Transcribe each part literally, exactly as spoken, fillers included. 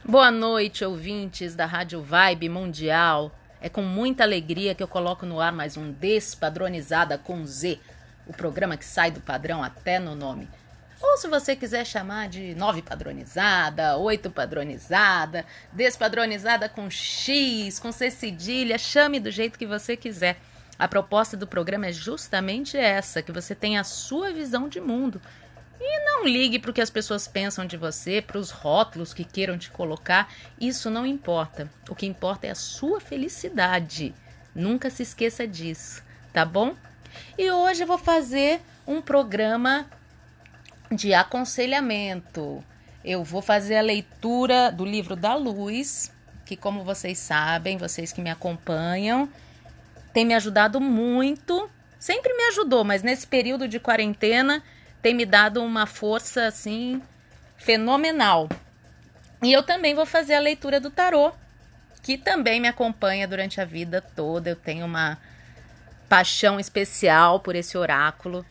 Boa noite, ouvintes da Rádio Vibe Mundial. É com muita alegria que eu coloco no ar mais um Despadronizada com Z, o programa que sai do padrão até no nome. Ou se você quiser chamar de nove padronizada, oito padronizada, despadronizada com X, com C cedilha, chame do jeito que você quiser. A proposta do programa é justamente essa, que você tenha a sua visão de mundo. E não ligue para o que as pessoas pensam de você, para os rótulos que queiram te colocar. Isso não importa. O que importa é a sua felicidade. Nunca se esqueça disso, tá bom? E hoje eu vou fazer um programa de aconselhamento. Eu vou fazer a leitura do livro da Luz, que, como vocês sabem, vocês que me acompanham, tem me ajudado muito. Sempre me ajudou, mas nesse período de quarentena tem me dado uma força, assim, fenomenal. E eu também vou fazer a leitura do tarô, que também me acompanha durante a vida toda. Eu tenho uma paixão especial por esse oráculo.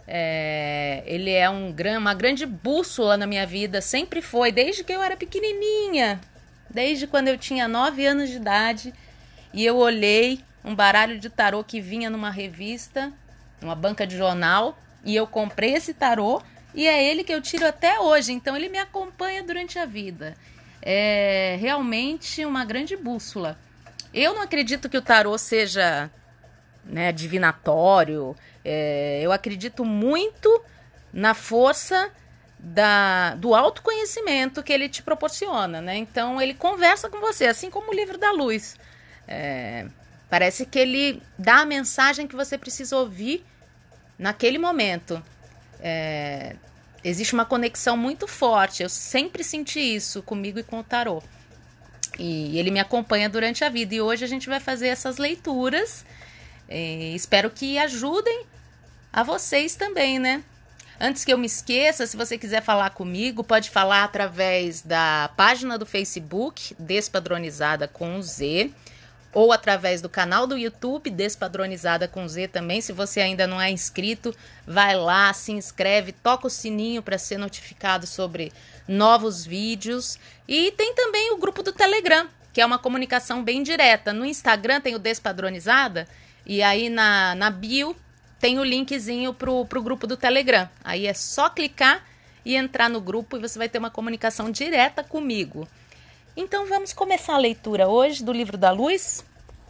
É, ele é um, uma grande bússola na minha vida, sempre foi, desde que eu era pequenininha, desde quando eu tinha nove anos de idade, e eu olhei um baralho de tarô que vinha numa revista, numa banca de jornal, e eu comprei esse tarô e é ele que eu tiro até hoje. Então ele me acompanha durante a vida. É realmente uma grande bússola. Eu não acredito que o tarô seja, né, divinatório. É, eu acredito muito na força da, do autoconhecimento que ele te proporciona, né? Então ele conversa com você, assim como o livro da Luz. É, parece que ele dá a mensagem que você precisa ouvir naquele momento. É, existe uma conexão muito forte. Eu sempre senti isso comigo e com o tarô. E ele me acompanha durante a vida. E hoje a gente vai fazer essas leituras. E espero que ajudem a vocês também, né? Antes que eu me esqueça, se você quiser falar comigo, pode falar através da página do Facebook, Despadronizada com Z, ou através do canal do YouTube, Despadronizada com Z também. Se você ainda não é inscrito, vai lá, se inscreve, toca o sininho para ser notificado sobre novos vídeos. E tem também o grupo do Telegram, que é uma comunicação bem direta. No Instagram tem o Despadronizada, e aí na, na bio tem o linkzinho pro, pro grupo do Telegram. Aí é só clicar e entrar no grupo e você vai ter uma comunicação direta comigo. Então vamos começar a leitura hoje do livro da Luz.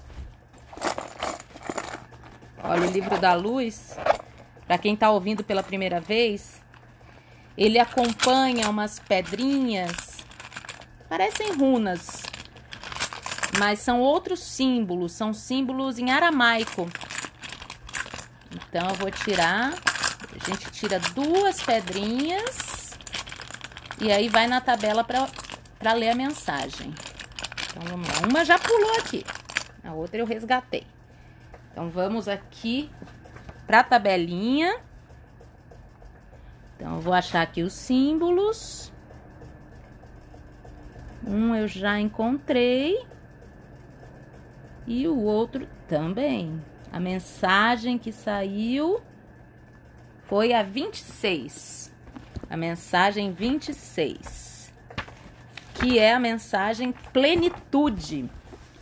Olha, o livro da Luz, para quem está ouvindo pela primeira vez, ele acompanha umas pedrinhas, parecem runas, mas são outros símbolos, são símbolos em aramaico. Então eu vou tirar, a gente tira duas pedrinhas e aí vai na tabela para para ler a mensagem. Então vamos lá. Uma já pulou aqui, a outra eu resgatei. Então vamos aqui para a tabelinha. Então eu vou achar aqui os símbolos. Um eu já encontrei e o outro também. A mensagem que saiu foi a vinte e seis. A mensagem vinte e seis. Que é a mensagem plenitude.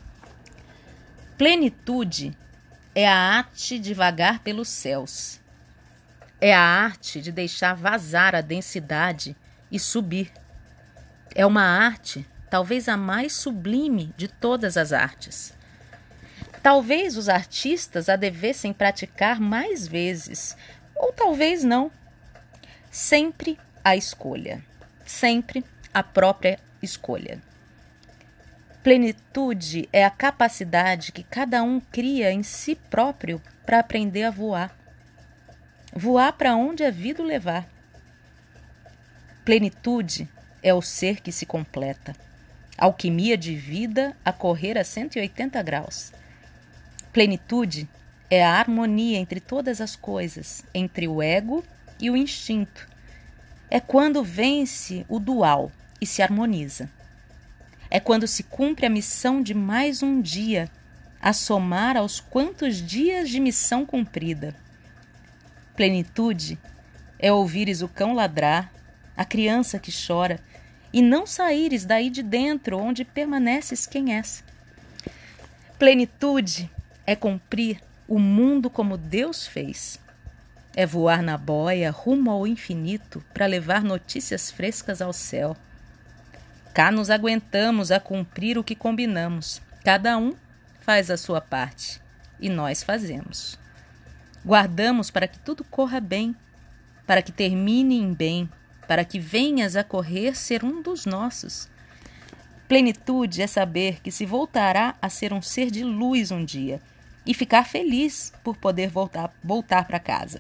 Plenitude é a arte de vagar pelos céus. É a arte de deixar vazar a densidade e subir. É uma arte, talvez a mais sublime de todas as artes. Talvez os artistas a devessem praticar mais vezes, ou talvez não. Sempre a escolha. Sempre a própria escolha. Plenitude é a capacidade que cada um cria em si próprio para aprender a voar. Voar para onde a vida o levar. Plenitude é o ser que se completa. Alquimia de vida a correr a cento e oitenta graus. Plenitude é a harmonia entre todas as coisas, entre o ego e o instinto. É quando vence o dual e se harmoniza. É quando se cumpre a missão de mais um dia, a somar aos quantos dias de missão cumprida. Plenitude é ouvires o cão ladrar, a criança que chora e não saíres daí de dentro, onde permaneces quem és. Plenitude é cumprir o mundo como Deus fez. É voar na boia rumo ao infinito para levar notícias frescas ao céu. Cá nos aguentamos a cumprir o que combinamos. Cada um faz a sua parte e nós fazemos. Guardamos para que tudo corra bem, para que termine em bem, para que venhas a correr ser um dos nossos. Plenitude é saber que se voltará a ser um ser de luz um dia e ficar feliz por poder voltar, voltar para casa.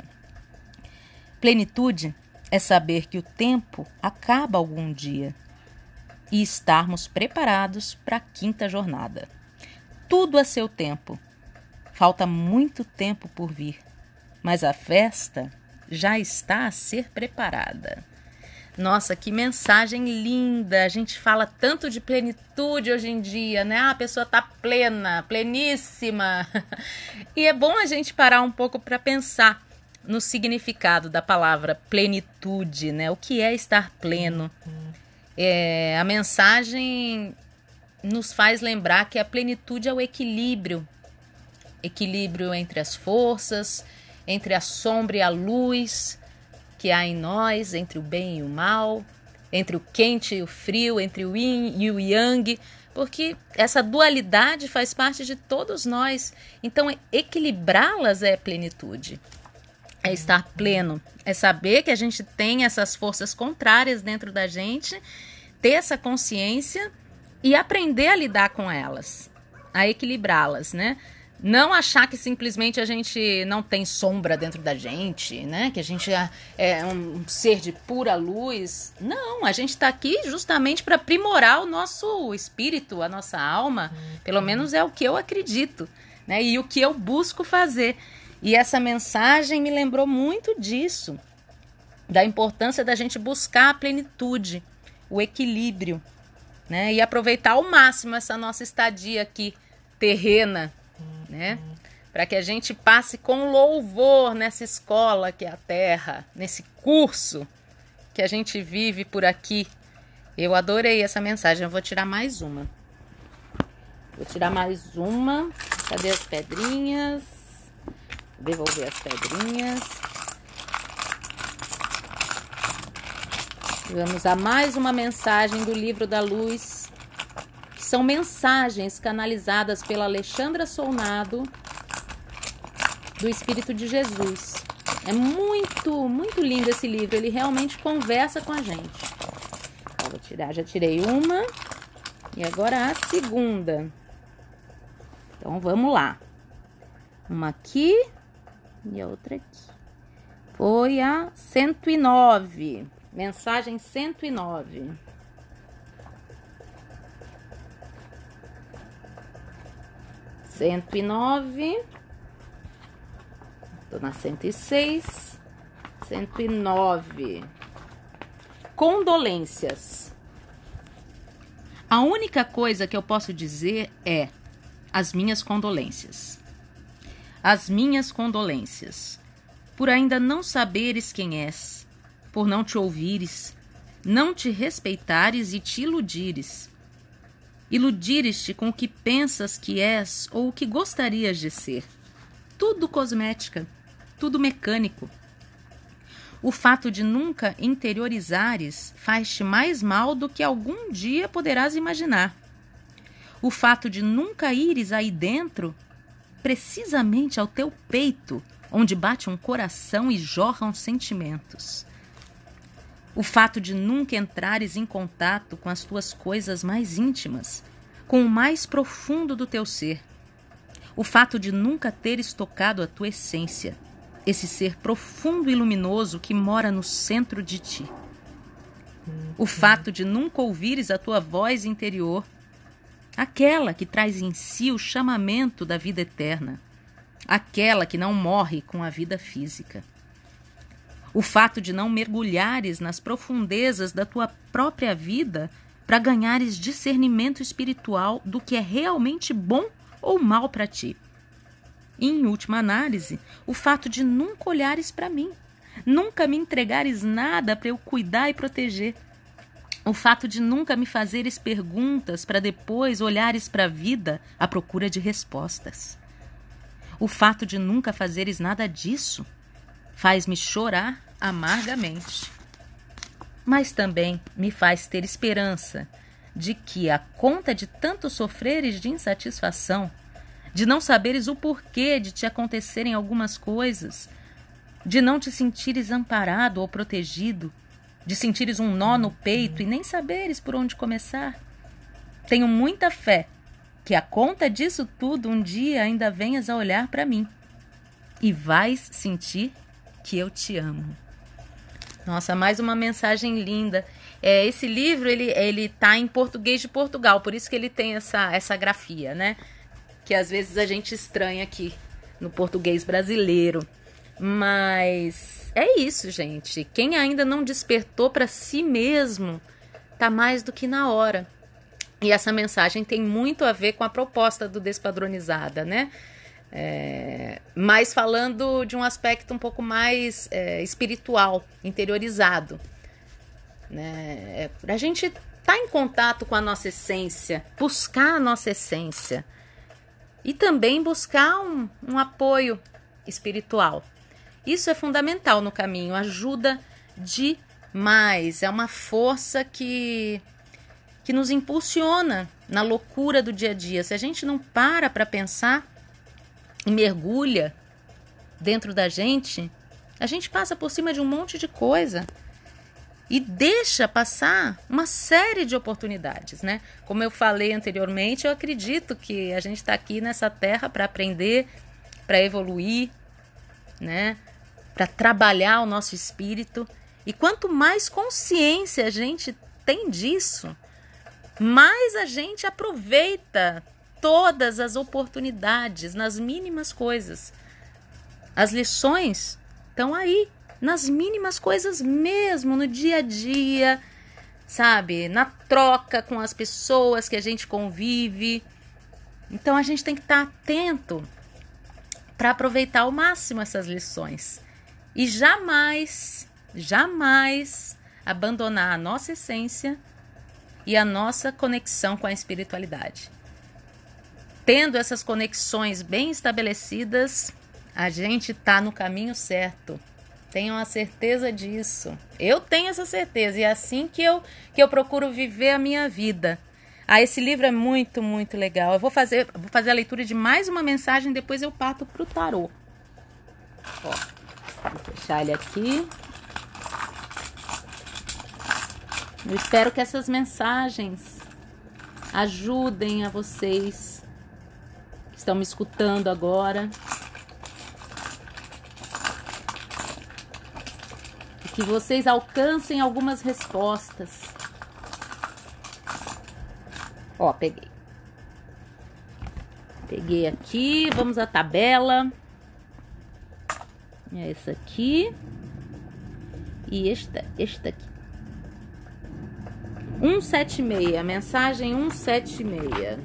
Plenitude é saber que o tempo acaba algum dia e estarmos preparados para a quinta jornada. Tudo a seu tempo. Falta muito tempo por vir, mas a festa já está a ser preparada. Nossa, que mensagem linda! A gente fala tanto de plenitude hoje em dia, né? Ah, a pessoa está plena, pleníssima. E é bom a gente parar um pouco para pensar no significado da palavra plenitude, né? O que é estar pleno? É, a mensagem nos faz lembrar que a plenitude é o equilíbrio. Equilíbrio entre as forças, entre a sombra e a luz que há em nós, entre o bem e o mal, entre o quente e o frio, entre o yin e o yang, porque essa dualidade faz parte de todos nós. Então, equilibrá-las é plenitude. É estar pleno, é saber que a gente tem essas forças contrárias dentro da gente, ter essa consciência e aprender a lidar com elas, a equilibrá-las, né? Não achar que simplesmente a gente não tem sombra dentro da gente, né? Que a gente é um ser de pura luz. Não, a gente está aqui justamente para aprimorar o nosso espírito, a nossa alma. Pelo menos é o que eu acredito, né? E o que eu busco fazer. E essa mensagem me lembrou muito disso, da importância da gente buscar a plenitude, o equilíbrio, né? E aproveitar ao máximo essa nossa estadia aqui terrena, né? Para que a gente passe com louvor nessa escola que é a Terra, nesse curso que a gente vive por aqui. Eu adorei essa mensagem. Eu vou tirar mais uma. Vou tirar mais uma. Cadê as pedrinhas? Devolver as pedrinhas. Vamos a mais uma mensagem do Livro da Luz. São mensagens canalizadas pela Alexandra Solnado, do Espírito de Jesus. É muito, muito lindo esse livro. Ele realmente conversa com a gente. Então, vou tirar. Já tirei uma. E agora a segunda. Então, vamos lá. Uma aqui e a outra aqui. Foi a cento e nove. Mensagem cento e nove. Cento e nove. Tô na cento e seis. Cento e nove. Condolências. A única coisa que eu posso dizer é as minhas condolências. As minhas condolências, por ainda não saberes quem és, por não te ouvires, não te respeitares e te iludires. Iludires-te com o que pensas que és ou o que gostarias de ser. Tudo cosmética, tudo mecânico. O fato de nunca interiorizares faz-te mais mal do que algum dia poderás imaginar. O fato de nunca ires aí dentro, precisamente ao teu peito, onde bate um coração e jorram sentimentos. O fato de nunca entrares em contato com as tuas coisas mais íntimas, com o mais profundo do teu ser. O fato de nunca teres tocado a tua essência, esse ser profundo e luminoso que mora no centro de ti. O fato de nunca ouvires a tua voz interior, aquela que traz em si o chamamento da vida eterna, aquela que não morre com a vida física. O fato de não mergulhares nas profundezas da tua própria vida para ganhares discernimento espiritual do que é realmente bom ou mal para ti. E, em última análise, o fato de nunca olhares para mim, nunca me entregares nada para eu cuidar e proteger. O fato de nunca me fazeres perguntas para depois olhares para a vida à procura de respostas. O fato de nunca fazeres nada disso faz-me chorar amargamente. Mas também me faz ter esperança de que, a conta de tanto sofreres de insatisfação, de não saberes o porquê de te acontecerem algumas coisas, de não te sentires amparado ou protegido, de sentires um nó no peito e nem saberes por onde começar, tenho muita fé que, a conta disso tudo, um dia ainda venhas a olhar para mim e vais sentir que eu te amo. Nossa, mais uma mensagem linda. É, esse livro, ele, ele tá em português de Portugal, por isso que ele tem essa, essa grafia, né? Que às vezes a gente estranha aqui no português brasileiro. Mas é isso, gente. Quem ainda não despertou para si mesmo, tá mais do que na hora. E essa mensagem tem muito a ver com a proposta do Despadronizada, né? É, mas falando de um aspecto um pouco mais é, espiritual, interiorizado, né? É, a gente tá em contato com a nossa essência, buscar a nossa essência e também buscar um, um apoio espiritual. Isso é fundamental no caminho, ajuda demais, é uma força que, que nos impulsiona na loucura do dia a dia. Se a gente não para para pensar e mergulha dentro da gente, a gente passa por cima de um monte de coisa e deixa passar uma série de oportunidades, né? Como eu falei anteriormente, eu acredito que a gente está aqui nessa terra para aprender, para evoluir, né? Para trabalhar o nosso espírito. E quanto mais consciência a gente tem disso, mais a gente aproveita todas as oportunidades nas mínimas coisas. As lições estão aí, nas mínimas coisas mesmo, no dia a dia, sabe? Na troca com as pessoas que a gente convive. Então a gente tem que estar atento para aproveitar ao máximo essas lições. E jamais, jamais abandonar a nossa essência e a nossa conexão com a espiritualidade. Tendo essas conexões bem estabelecidas, a gente está no caminho certo. Tenham a certeza disso. Eu tenho essa certeza e é assim que eu, que eu procuro viver a minha vida. Ah, esse livro é muito, muito legal. Eu vou fazer, vou fazer a leitura de mais uma mensagem, depois eu parto para o tarô. Ó, vou fechar ele aqui. Eu espero que essas mensagens ajudem a vocês que estão me escutando agora. E que vocês alcancem algumas respostas. Ó, peguei. Peguei aqui, vamos à tabela. É essa aqui. E esta, esta aqui. cento e setenta e seis, mensagem cento e setenta e seis.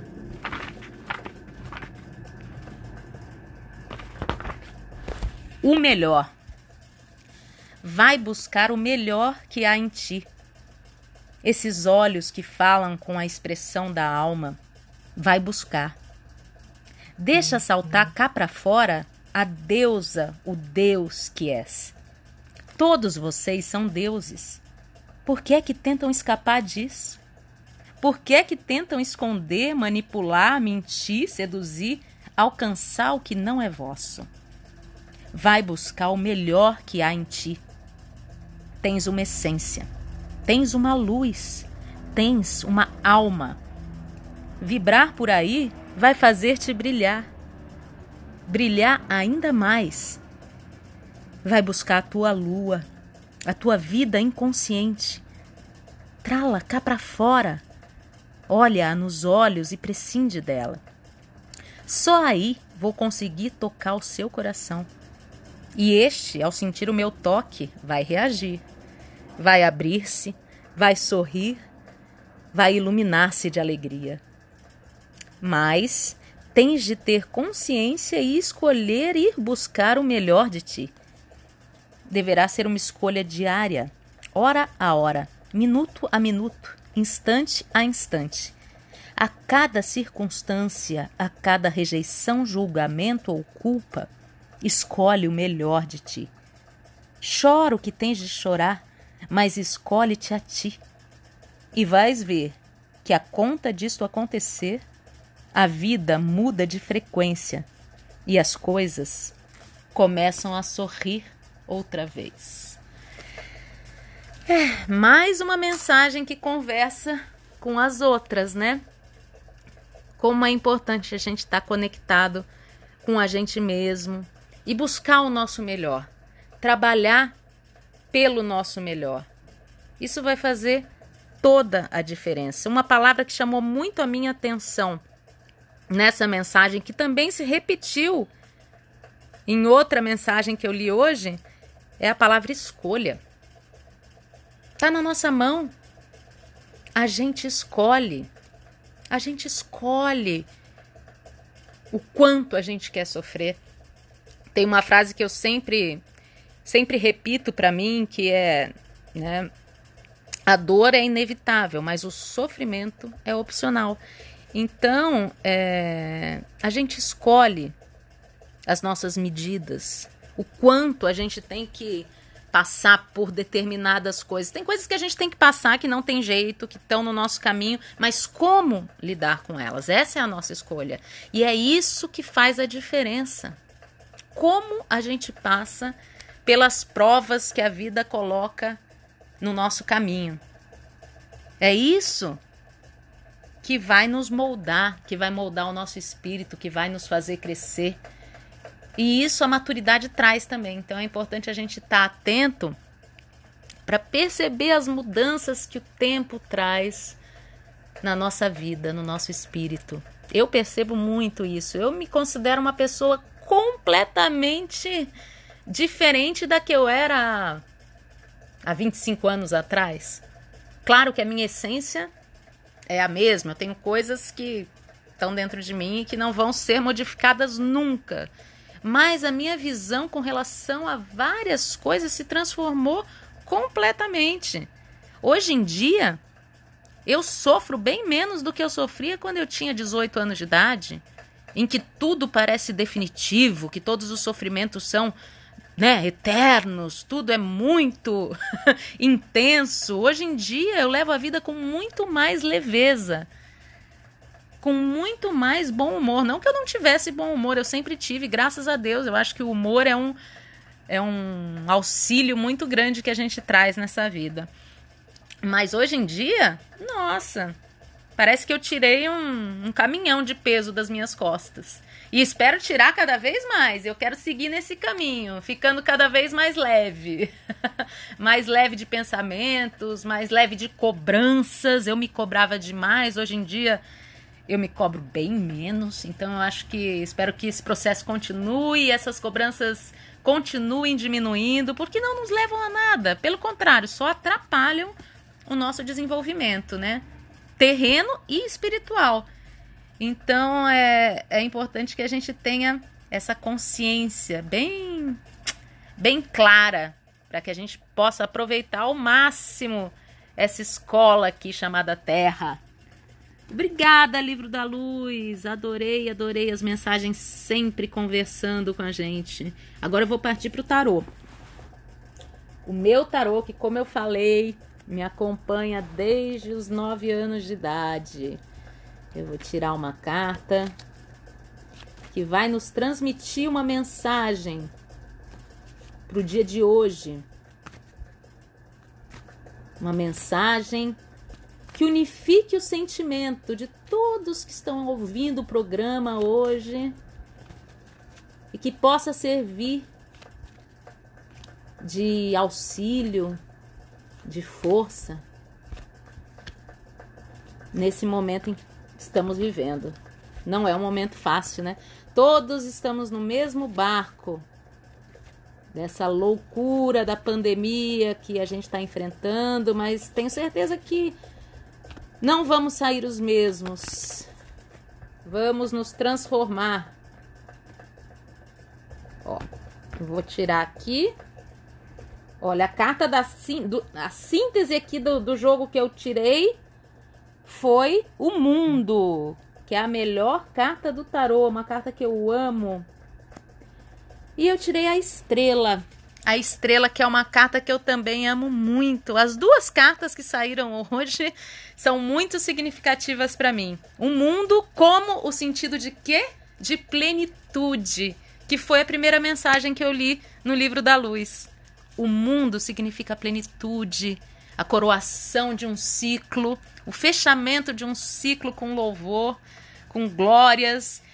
O melhor. Vai buscar o melhor que há em ti. Esses olhos que falam com a expressão da alma, vai buscar. Deixa saltar cá pra fora a deusa, o Deus que és. Todos vocês são deuses. Por que é que tentam escapar disso? Por que é que tentam esconder, manipular, mentir, seduzir, alcançar o que não é vosso? Vai buscar o melhor que há em ti. Tens uma essência. Tens uma luz, tens uma alma. Vibrar por aí vai fazer-te brilhar. Brilhar ainda mais. Vai buscar a tua lua, a tua vida inconsciente. Trá-la cá para fora. Olha-a nos olhos e prescinde dela. Só aí vou conseguir tocar o seu coração. E este, ao sentir o meu toque, vai reagir. Vai abrir-se, vai sorrir, vai iluminar-se de alegria. Mas tens de ter consciência e escolher ir buscar o melhor de ti. Deverá ser uma escolha diária, hora a hora, minuto a minuto, instante a instante. A cada circunstância, a cada rejeição, julgamento ou culpa, escolhe o melhor de ti. Chora o que tens de chorar, mas escolhe-te a ti. E vais ver que a conta disto acontecer, a vida muda de frequência e as coisas começam a sorrir outra vez. É, mais uma mensagem que conversa com as outras, né? Como é importante a gente estar conectado com a gente mesmo e buscar o nosso melhor, trabalhar pelo nosso melhor. Isso vai fazer toda a diferença. Uma palavra que chamou muito a minha atenção nessa mensagem, que também se repetiu em outra mensagem que eu li hoje, é a palavra escolha. Está na nossa mão. A gente escolhe. A gente escolhe o quanto a gente quer sofrer. Tem uma frase que eu sempre, sempre repito para mim, que é, né, a dor é inevitável, mas o sofrimento é opcional. Então, é, a gente escolhe as nossas medidas, o quanto a gente tem que passar por determinadas coisas. Tem coisas que a gente tem que passar que não tem jeito, que estão no nosso caminho, mas como lidar com elas? Essa é a nossa escolha. E é isso que faz a diferença. Como a gente passa pelas provas que a vida coloca no nosso caminho. É isso que vai nos moldar, que vai moldar o nosso espírito, que vai nos fazer crescer. E isso a maturidade traz também. Então é importante a gente estar atento para perceber as mudanças que o tempo traz na nossa vida, no nosso espírito. Eu percebo muito isso. Eu me considero uma pessoa completamente diferente da que eu era há vinte e cinco anos atrás. Claro que a minha essência é a mesma. Eu tenho coisas que estão dentro de mim e que não vão ser modificadas nunca. Mas a minha visão com relação a várias coisas se transformou completamente. Hoje em dia, eu sofro bem menos do que eu sofria quando eu tinha dezoito anos de idade, em que tudo parece definitivo, que todos os sofrimentos são, né, eternos, tudo é muito intenso. Hoje em dia, eu levo a vida com muito mais leveza, com muito mais bom humor. Não que eu não tivesse bom humor, eu sempre tive, graças a Deus. Eu acho que o humor é um, é um auxílio muito grande que a gente traz nessa vida. Mas hoje em dia, nossa, parece que eu tirei um, um caminhão de peso das minhas costas. E espero tirar cada vez mais. Eu quero seguir nesse caminho, ficando cada vez mais leve. Mais leve de pensamentos, mais leve de cobranças. Eu me cobrava demais, hoje em dia eu me cobro bem menos, então eu acho que, espero que esse processo continue, essas cobranças continuem diminuindo, porque não nos levam a nada, pelo contrário, só atrapalham o nosso desenvolvimento, né? Terreno e espiritual. Então é, é importante que a gente tenha essa consciência bem, bem clara, para que a gente possa aproveitar ao máximo essa escola aqui chamada Terra. Obrigada, Livro da Luz. Adorei, adorei as mensagens sempre conversando com a gente. Agora eu vou partir para o tarô. O meu tarô, que como eu falei, me acompanha desde os nove anos de idade. Eu vou tirar uma carta que vai nos transmitir uma mensagem para o dia de hoje. Uma mensagem que unifique o sentimento de todos que estão ouvindo o programa hoje e que possa servir de auxílio, de força nesse momento em que estamos vivendo. Não é um momento fácil, né? Todos estamos no mesmo barco dessa loucura da pandemia que a gente está enfrentando, mas tenho certeza que não vamos sair os mesmos. Vamos nos transformar. Ó, eu vou tirar aqui Olha, a carta da do, a síntese aqui do, do jogo que eu tirei foi o Mundo, que é a melhor carta do tarô, uma carta que eu amo. E eu tirei a Estrela. A Estrela, que é uma carta que eu também amo muito. As duas cartas que saíram hoje são muito significativas para mim. O Mundo como o sentido de quê? De plenitude, que foi a primeira mensagem que eu li no Livro da Luz. O mundo significa plenitude, a coroação de um ciclo, o fechamento de um ciclo com louvor, com glórias.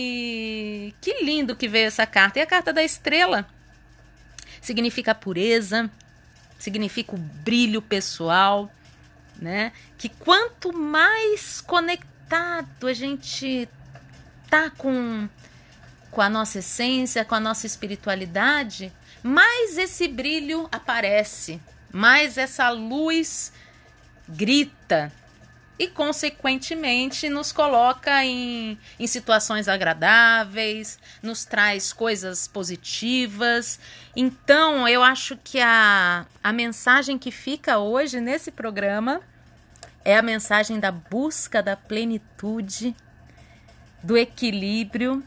E que lindo que veio essa carta. E a carta da Estrela significa a pureza, significa o brilho pessoal, né? Que quanto mais conectado a gente tá com, com a nossa essência, com a nossa espiritualidade, mais esse brilho aparece, mais essa luz grita e, consequentemente, nos coloca em, em situações agradáveis, nos traz coisas positivas. Então, eu acho que a, a mensagem que fica hoje nesse programa é a mensagem da busca da plenitude, do equilíbrio,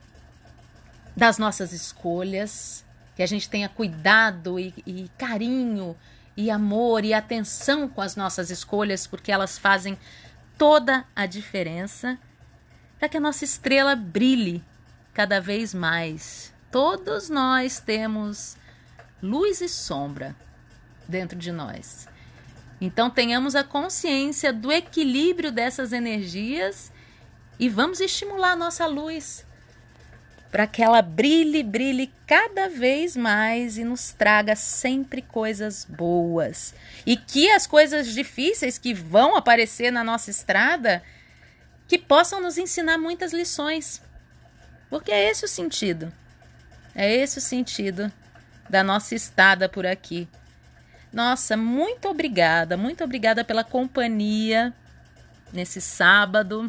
das nossas escolhas, que a gente tenha cuidado e, e carinho e amor e atenção com as nossas escolhas, porque elas fazem toda a diferença, para que a nossa estrela brilhe cada vez mais. Todos nós temos luz e sombra dentro de nós. Então tenhamos a consciência do equilíbrio dessas energias e vamos estimular a nossa luz para que ela brilhe, brilhe cada vez mais e nos traga sempre coisas boas. E que as coisas difíceis que vão aparecer na nossa estrada, que possam nos ensinar muitas lições. Porque é esse o sentido. É esse o sentido da nossa estada por aqui. Nossa, muito obrigada, muito obrigada pela companhia nesse sábado.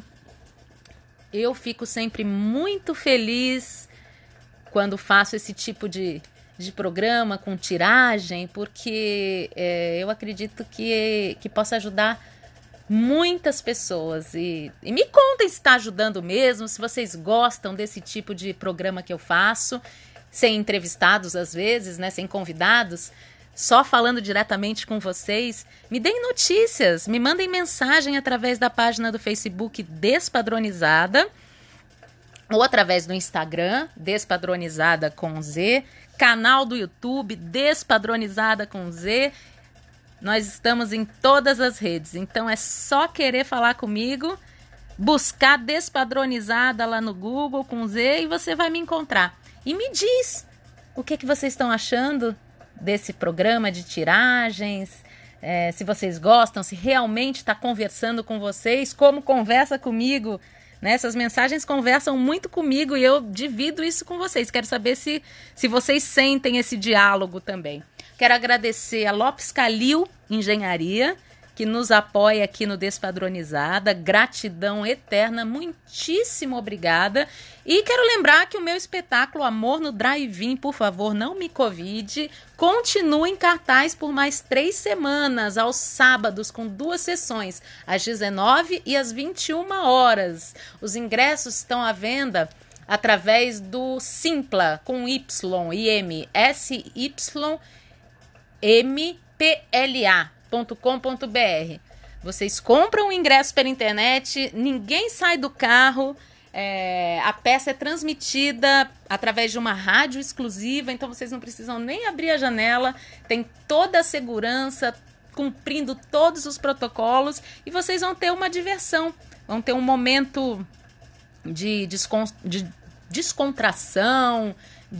Eu fico sempre muito feliz quando faço esse tipo de, de programa com tiragem, porque é, eu acredito que, que possa ajudar muitas pessoas. E, e me contem se está ajudando mesmo, se vocês gostam desse tipo de programa que eu faço, sem entrevistados às vezes, né, sem convidados, só falando diretamente com vocês. Me deem notícias, me mandem mensagem através da página do Facebook Despadronizada ou através do Instagram Despadronizada com Z, canal do YouTube Despadronizada com Z. Nós estamos em todas as redes, então é só querer falar comigo, buscar Despadronizada lá no Google com Z e você vai me encontrar. E me diz o que, que vocês estão achando desse programa de tiragens, é, se vocês gostam, se realmente está conversando com vocês, como conversa comigo, né? Essas mensagens conversam muito comigo e eu divido isso com vocês. Quero saber se, se vocês sentem esse diálogo também. Quero agradecer a Lopes Calil Engenharia, que nos apoia aqui no Despadronizada. Gratidão eterna, muitíssimo obrigada. E quero lembrar que o meu espetáculo Amor no Drive-In, por favor, não me convide, continua em cartaz por mais três semanas, aos sábados, com duas sessões, às dezenove e às vinte e uma horas. Os ingressos estão à venda através do Simpla, com Y e M, S Y M P L A. .com.br. Vocês compram o ingresso pela internet, ninguém sai do carro, é, a peça é transmitida através de uma rádio exclusiva, então vocês não precisam nem abrir a janela, tem toda a segurança, cumprindo todos os protocolos, e vocês vão ter uma diversão, vão ter um momento de, descon de descontração,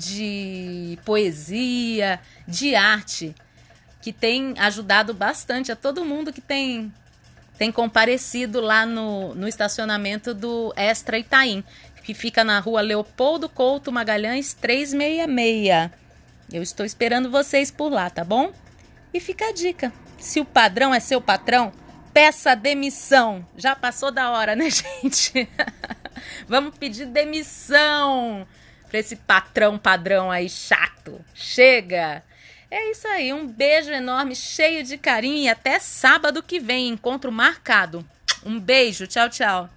de poesia, de arte, que tem ajudado bastante a todo mundo que tem, tem comparecido lá no, no estacionamento do Extra Itaim, que fica na rua Leopoldo Couto Magalhães trezentos e sessenta e seis. Eu estou esperando vocês por lá, tá bom? E fica a dica, se o padrão é seu patrão, peça demissão. Já passou da hora, né, gente? Vamos pedir demissão para esse patrão padrão aí chato. Chega! É isso aí, um beijo enorme, cheio de carinho e até sábado que vem, encontro marcado. Um beijo, tchau, tchau.